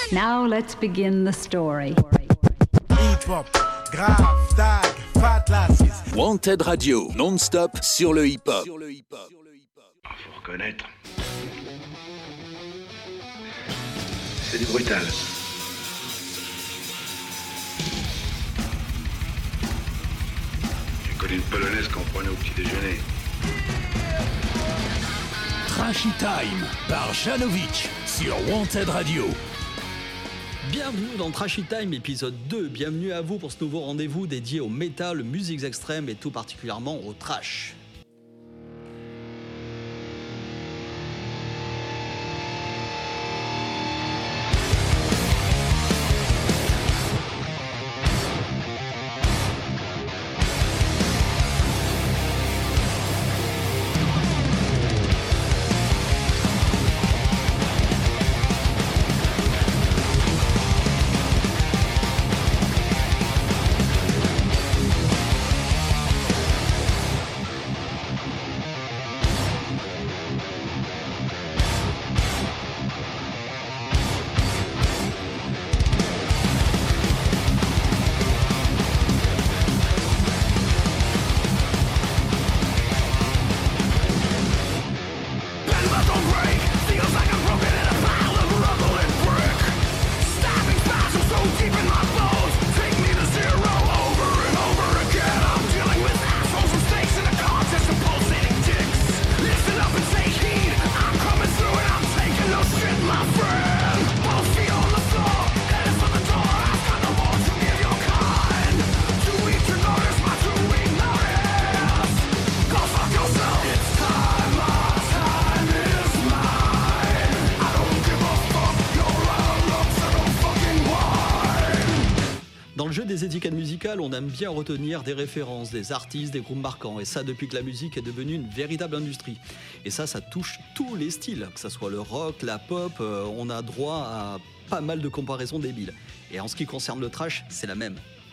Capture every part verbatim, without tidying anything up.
Now let's begin the story. Hip-hop, grave, tag, fat lasses. Wanted Radio, non-stop sur le hip-hop. Ah, faut reconnaître. C'est du brutal. J'ai connu une polonaise qu'on prenait au petit déjeuner. Trashy Time par Janovic sur Wanted Radio. Bienvenue dans Trashy Time épisode deux. Bienvenue à vous pour ce nouveau rendez-vous dédié au métal, musiques extrêmes et tout particulièrement au trash. Des étiquettes musicales, on aime bien retenir des références, des artistes, des groupes marquants, et ça depuis que la musique est devenue une véritable industrie. Et ça, ça touche tous les styles, que ce soit le rock, la pop, euh, on a droit à pas mal de comparaisons débiles. Et en ce qui concerne le trash, c'est la même.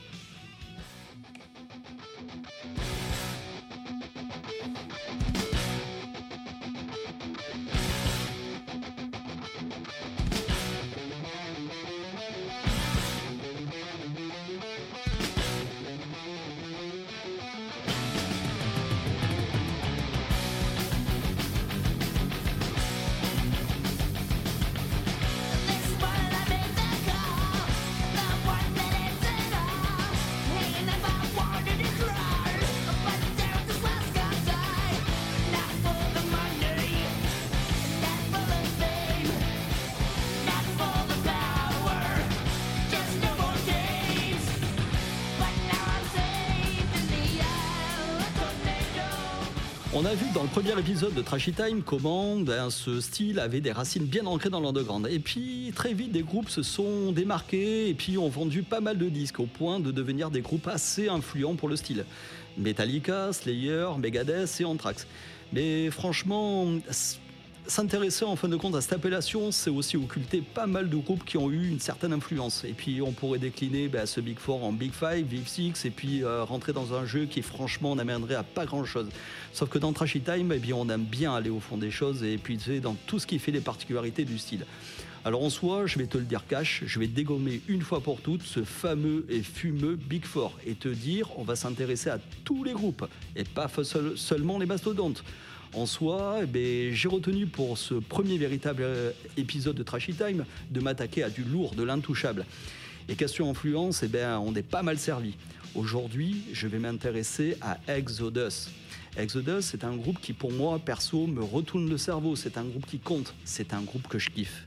On a vu dans le premier épisode de Trashy Time comment ben, ce style avait des racines bien ancrées dans l'underground. Et puis très vite, des groupes se sont démarqués et puis ont vendu pas mal de disques au point de devenir des groupes assez influents pour le style. Metallica, Slayer, Megadeth et Anthrax. Mais franchement, s'intéresser en fin de compte à cette appellation, c'est aussi occulter pas mal de groupes qui ont eu une certaine influence. Et puis on pourrait décliner bah, ce Big Four en Big Five, Big Six, et puis euh, rentrer dans un jeu qui franchement n'amènerait à pas grand chose. Sauf que dans Trashy Time, eh bien, on aime bien aller au fond des choses et puiser dans tout ce qui fait les particularités du style. Alors en soi, je vais te le dire cash, je vais dégommer une fois pour toutes ce fameux et fumeux Big Four et te dire on va s'intéresser à tous les groupes et pas seul, seulement les mastodontes. En soi, eh bien, j'ai retenu pour ce premier véritable épisode de Trashy Time de m'attaquer à du lourd, de l'intouchable. Et question influence, eh bien, on est pas mal servi. Aujourd'hui, je vais m'intéresser à Exodus. Exodus, c'est un groupe qui, pour moi, perso, me retourne le cerveau. C'est un groupe qui compte. C'est un groupe que je kiffe.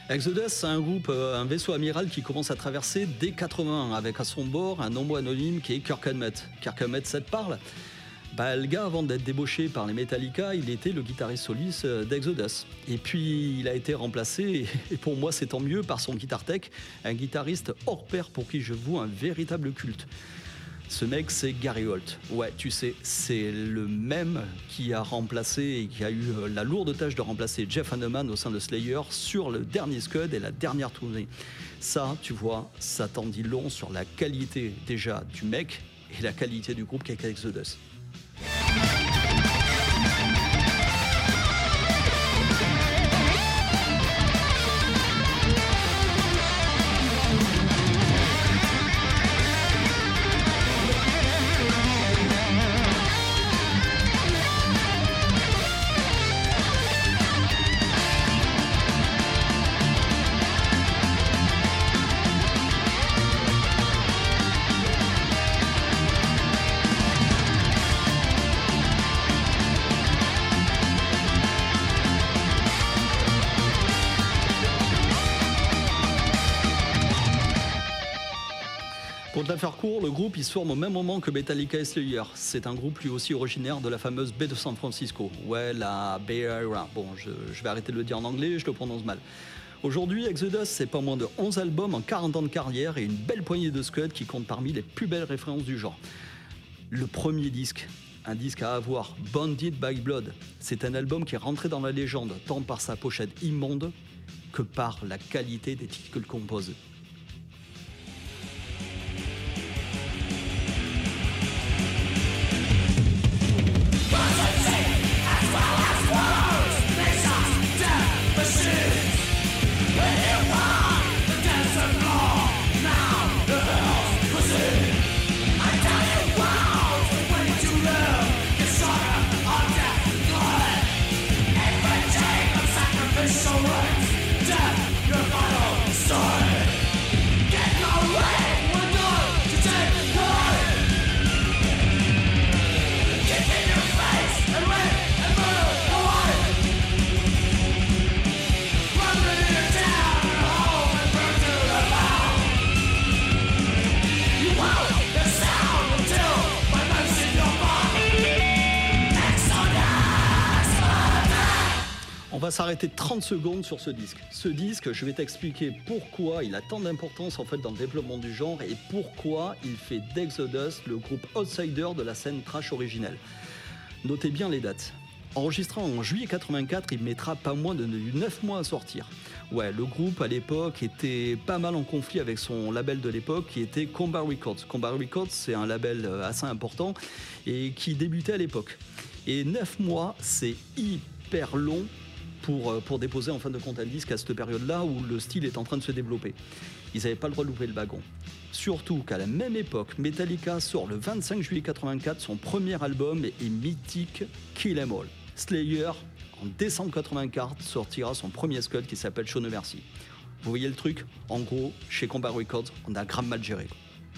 Exodus, c'est un groupe, un vaisseau amiral qui commence à traverser dès quatre-vingt-un avec à son bord un nombre anonyme qui est Kirk Hammett. Kirk Hammett, ça te parle ? Bah, le gars, avant d'être débauché par les Metallica, il était le guitariste soliste d'Exodus. Et puis, il a été remplacé, et pour moi, c'est tant mieux, par son guitar tech, un guitariste hors pair pour qui je voue un véritable culte. Ce mec, c'est Gary Holt. Ouais, tu sais, c'est le même qui a remplacé et qui a eu la lourde tâche de remplacer Jeff Hanneman au sein de Slayer sur le dernier Scud et la dernière tournée. Ça, tu vois, ça t'en dit long sur la qualité déjà du mec et la qualité du groupe qu'est Exodus. Pour te la faire court, le groupe il se forme au même moment que Metallica et Slayer. C'est un groupe lui aussi originaire de la fameuse baie de San Francisco. Ouais, la Bay Area. Bon, je, je vais arrêter de le dire en anglais, je le prononce mal. Aujourd'hui, Exodus, c'est pas moins de onze albums en quarante ans de carrière et une belle poignée de scuds qui comptent parmi les plus belles références du genre. Le premier disque, un disque à avoir, Bounded by Blood. C'est un album qui est rentré dans la légende, tant par sa pochette immonde que par la qualité des titres qu'il compose. On va s'arrêter trente secondes sur ce disque. Ce disque, je vais t'expliquer pourquoi il a tant d'importance en fait dans le développement du genre et pourquoi il fait d'Exodus le groupe outsider de la scène thrash originelle. Notez bien les dates. Enregistré en juillet quatre-vingt-quatre, il mettra pas moins de neuf mois à sortir. Ouais, le groupe à l'époque était pas mal en conflit avec son label de l'époque qui était Combat Records. Combat Records, c'est un label assez important et qui débutait à l'époque. Et neuf mois, c'est hyper long Pour, pour déposer en fin de compte un disque à cette période-là où le style est en train de se développer. Ils n'avaient pas le droit de louper le wagon. Surtout qu'à la même époque, Metallica sort le vingt-cinq juillet quatre-vingt-quatre son premier album et mythique Kill 'Em All. Slayer, en décembre quatre-vingt-quatre, sortira son premier scud qui s'appelle Show No Mercy. Vous voyez le truc ? En gros, chez Combat Records, on a grave mal géré.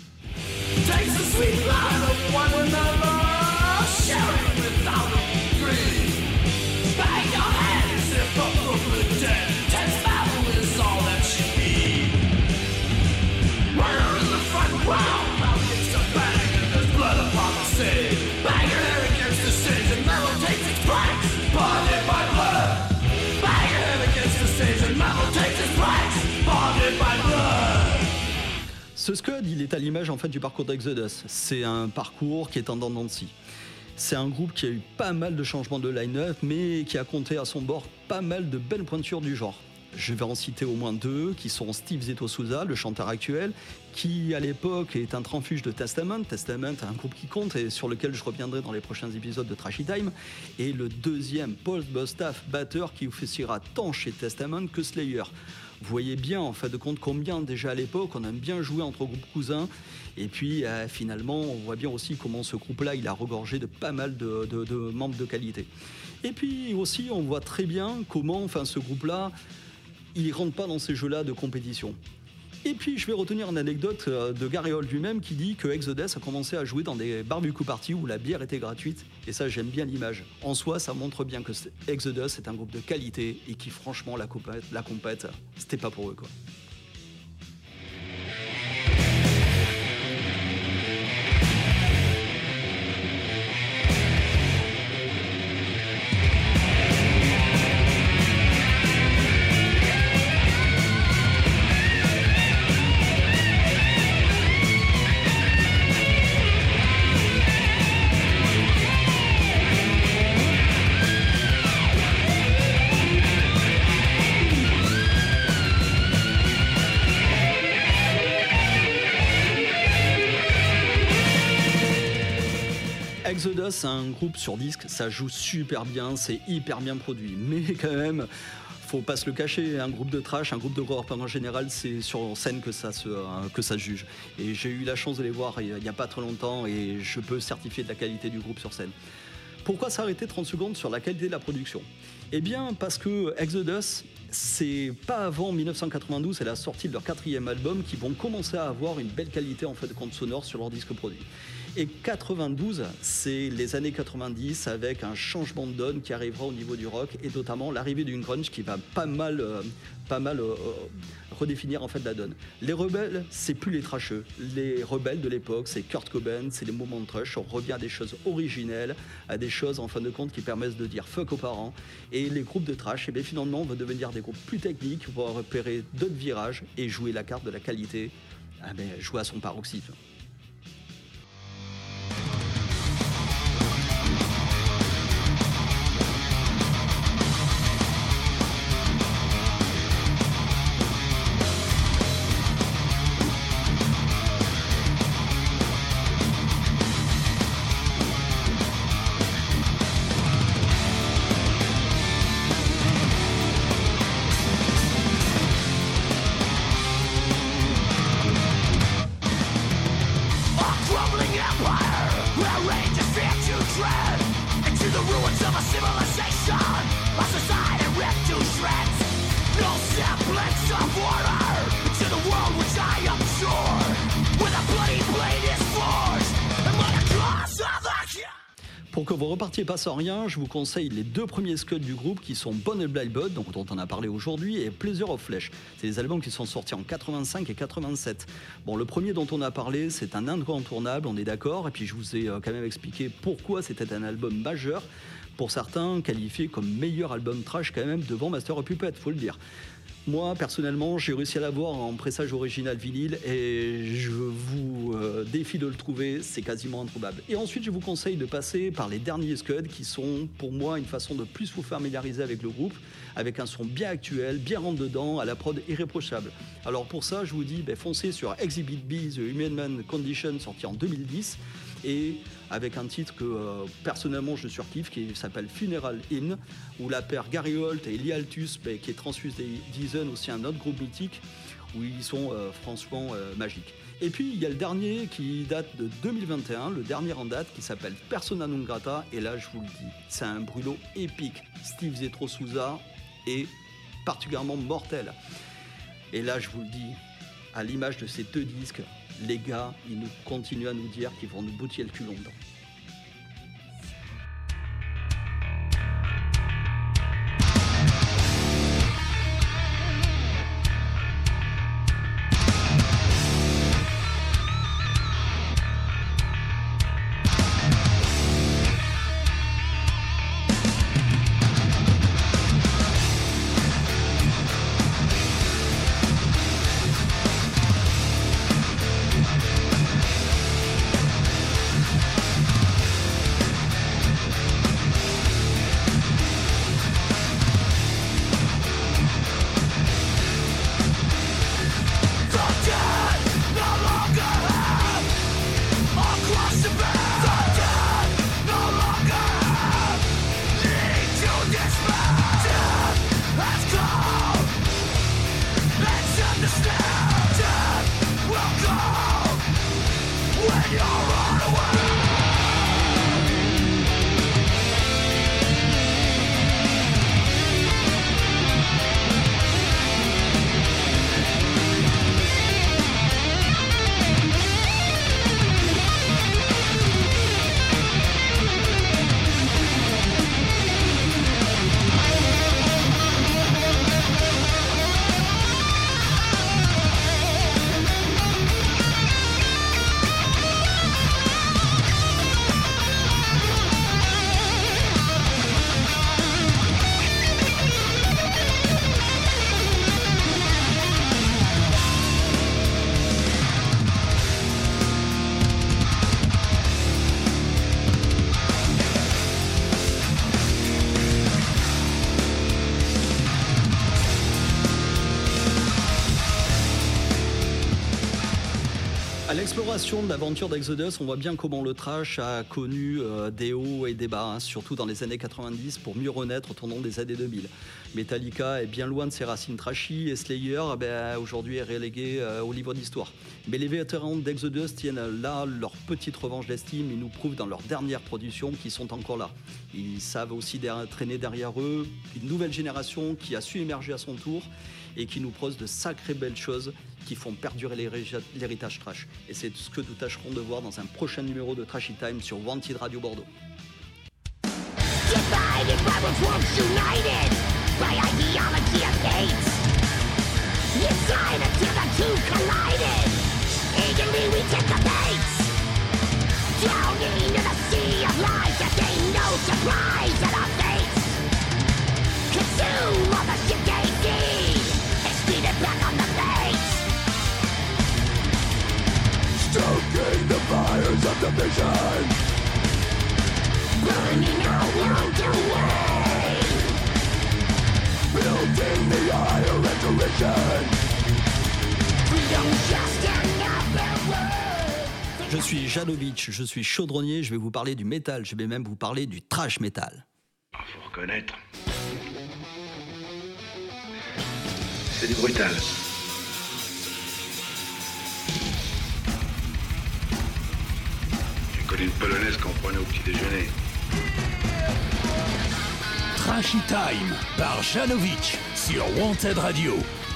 Ce scud, il est à l'image en fait du parcours d'Exodus. C'est un parcours qui est en dents de scie. C'est un groupe qui a eu pas mal de changements de line-up, mais qui a compté à son bord pas mal de belles pointures du genre. Je vais en citer au moins deux, qui sont Steve Zito Souza, le chanteur actuel, qui à l'époque est un transfuge de Testament. Testament, un groupe qui compte et sur lequel je reviendrai dans les prochains épisodes de Trashy Time. Et le deuxième, Paul Bostaph, batteur, qui officiera tant chez Testament que Slayer. Vous voyez bien, en fait, de compte combien déjà à l'époque, on aime bien jouer entre groupes cousins. Et puis, euh, finalement, on voit bien aussi comment ce groupe-là, il a regorgé de pas mal de, de, de membres de qualité. Et puis aussi, on voit très bien comment, enfin, ce groupe-là, il rentre pas dans ces jeux-là de compétition. Et puis je vais retenir une anecdote de Gary Holt lui-même qui dit que Exodus a commencé à jouer dans des barbecue parties où la bière était gratuite. Et ça, j'aime bien l'image. En soi, ça montre bien que Exodus est un groupe de qualité et qui, franchement, la compète, la compète c'était pas pour eux, quoi. Exodus, c'est un groupe sur disque, ça joue super bien, c'est hyper bien produit, mais quand même, faut pas se le cacher, un groupe de trash, un groupe de horror en général, c'est sur scène que ça se, que ça se juge. Et j'ai eu la chance de les voir il n'y a pas très longtemps et je peux certifier de la qualité du groupe sur scène. Pourquoi s'arrêter trente secondes sur la qualité de la production ? Eh bien, parce que Exodus, c'est pas avant dix-neuf cent quatre-vingt-douze et la sortie de leur quatrième album qu'ils vont commencer à avoir une belle qualité en fait de compte sonore sur leur disque produit. Et quatre-vingt-douze, c'est les années quatre-vingt-dix avec un changement de donne qui arrivera au niveau du rock et notamment l'arrivée d'une grunge qui va pas mal, euh, pas mal euh, redéfinir en fait la donne. Les rebelles, c'est plus les trasheux. Les rebelles de l'époque, c'est Kurt Cobain, c'est les moments de trash. On revient à des choses originelles, à des choses en fin de compte qui permettent de dire fuck aux parents. Et les groupes de trash, eh bien, finalement, vont devenir des groupes plus techniques, vont repérer d'autres virages et jouer la carte de la qualité, eh bien, jouer à son paroxysme. Pour que vous repartiez pas sans rien, je vous conseille les deux premiers scuds du groupe qui sont Bone and Blind Blood, donc dont on a parlé aujourd'hui, et Pleasure of Flesh. C'est des albums qui sont sortis en quatre-vingt-cinq et quatre-vingt-sept. Bon, le premier dont on a parlé, c'est un incontournable, on est d'accord, et puis je vous ai quand même expliqué pourquoi c'était un album majeur, pour certains qualifié comme meilleur album trash quand même devant Master of Puppets, faut le dire. Moi, personnellement, j'ai réussi à l'avoir en pressage original vinyle et je vous euh, défie de le trouver, c'est quasiment introuvable. Et ensuite, je vous conseille de passer par les derniers scuds qui sont, pour moi, une façon de plus vous familiariser avec le groupe, avec un son bien actuel, bien rentre-dedans, à la prod irréprochable. Alors pour ça, je vous dis, ben, foncez sur Exhibit B, The Human Condition, sorti en deux mille dix, et avec un titre que euh, personnellement je surkiffe qui s'appelle Funeral Hymn, où la paire Gary Holt et Lee Altus, bah, qui est Transfused Diesel, aussi un autre groupe mythique, où ils sont euh, franchement euh, magiques. Et puis il y a le dernier qui date de deux mille vingt et un, le dernier en date, qui s'appelle Persona non grata, et là je vous le dis, c'est un brûlot épique. Steve Zetro Souza est particulièrement mortel. Et là je vous le dis, à l'image de ces deux disques, les gars, ils nous continuent à nous dire qu'ils vont nous boutiller le cul longtemps. À l'exploration de l'aventure d'Exodus, on voit bien comment le thrash a connu euh, des hauts et des bas, hein, surtout dans les années quatre-vingt-dix, pour mieux renaître au tournant des années deux mille. Metallica est bien loin de ses racines trashy et Slayer eh ben, aujourd'hui est relégué euh, au livre d'histoire. Mais les vétérans d'Exodus tiennent là leur petite revanche d'estime et nous prouvent dans leur dernière production qu'ils sont encore là. Ils savent aussi derrière, traîner derrière eux une nouvelle génération qui a su émerger à son tour et qui nous propose de sacrées belles choses qui font perdurer l'héritage trash. Et c'est ce que nous tâcherons de voir dans un prochain numéro de Trashy Time sur Wanted Radio Bordeaux. Divided by wolves united by ideology of hate. Inside until the two collided. Eagerly we take the bait. Drowning in a sea of lies that ain't no surprise at our fate. Consume all the shit they feed. Extend it back on the bait. Stoking the fires of division, Burning out round the way. building the ire and derision. Freedom just another word. Je suis Janovic, je suis chaudronnier, je vais vous parler du métal, je vais même vous parler du trash metal. Ah, faut reconnaître. C'est du brutal. J'ai connu une polonaise qu'on prenait au petit déjeuner. Trashy Time par Janovic sur Wanted Radio.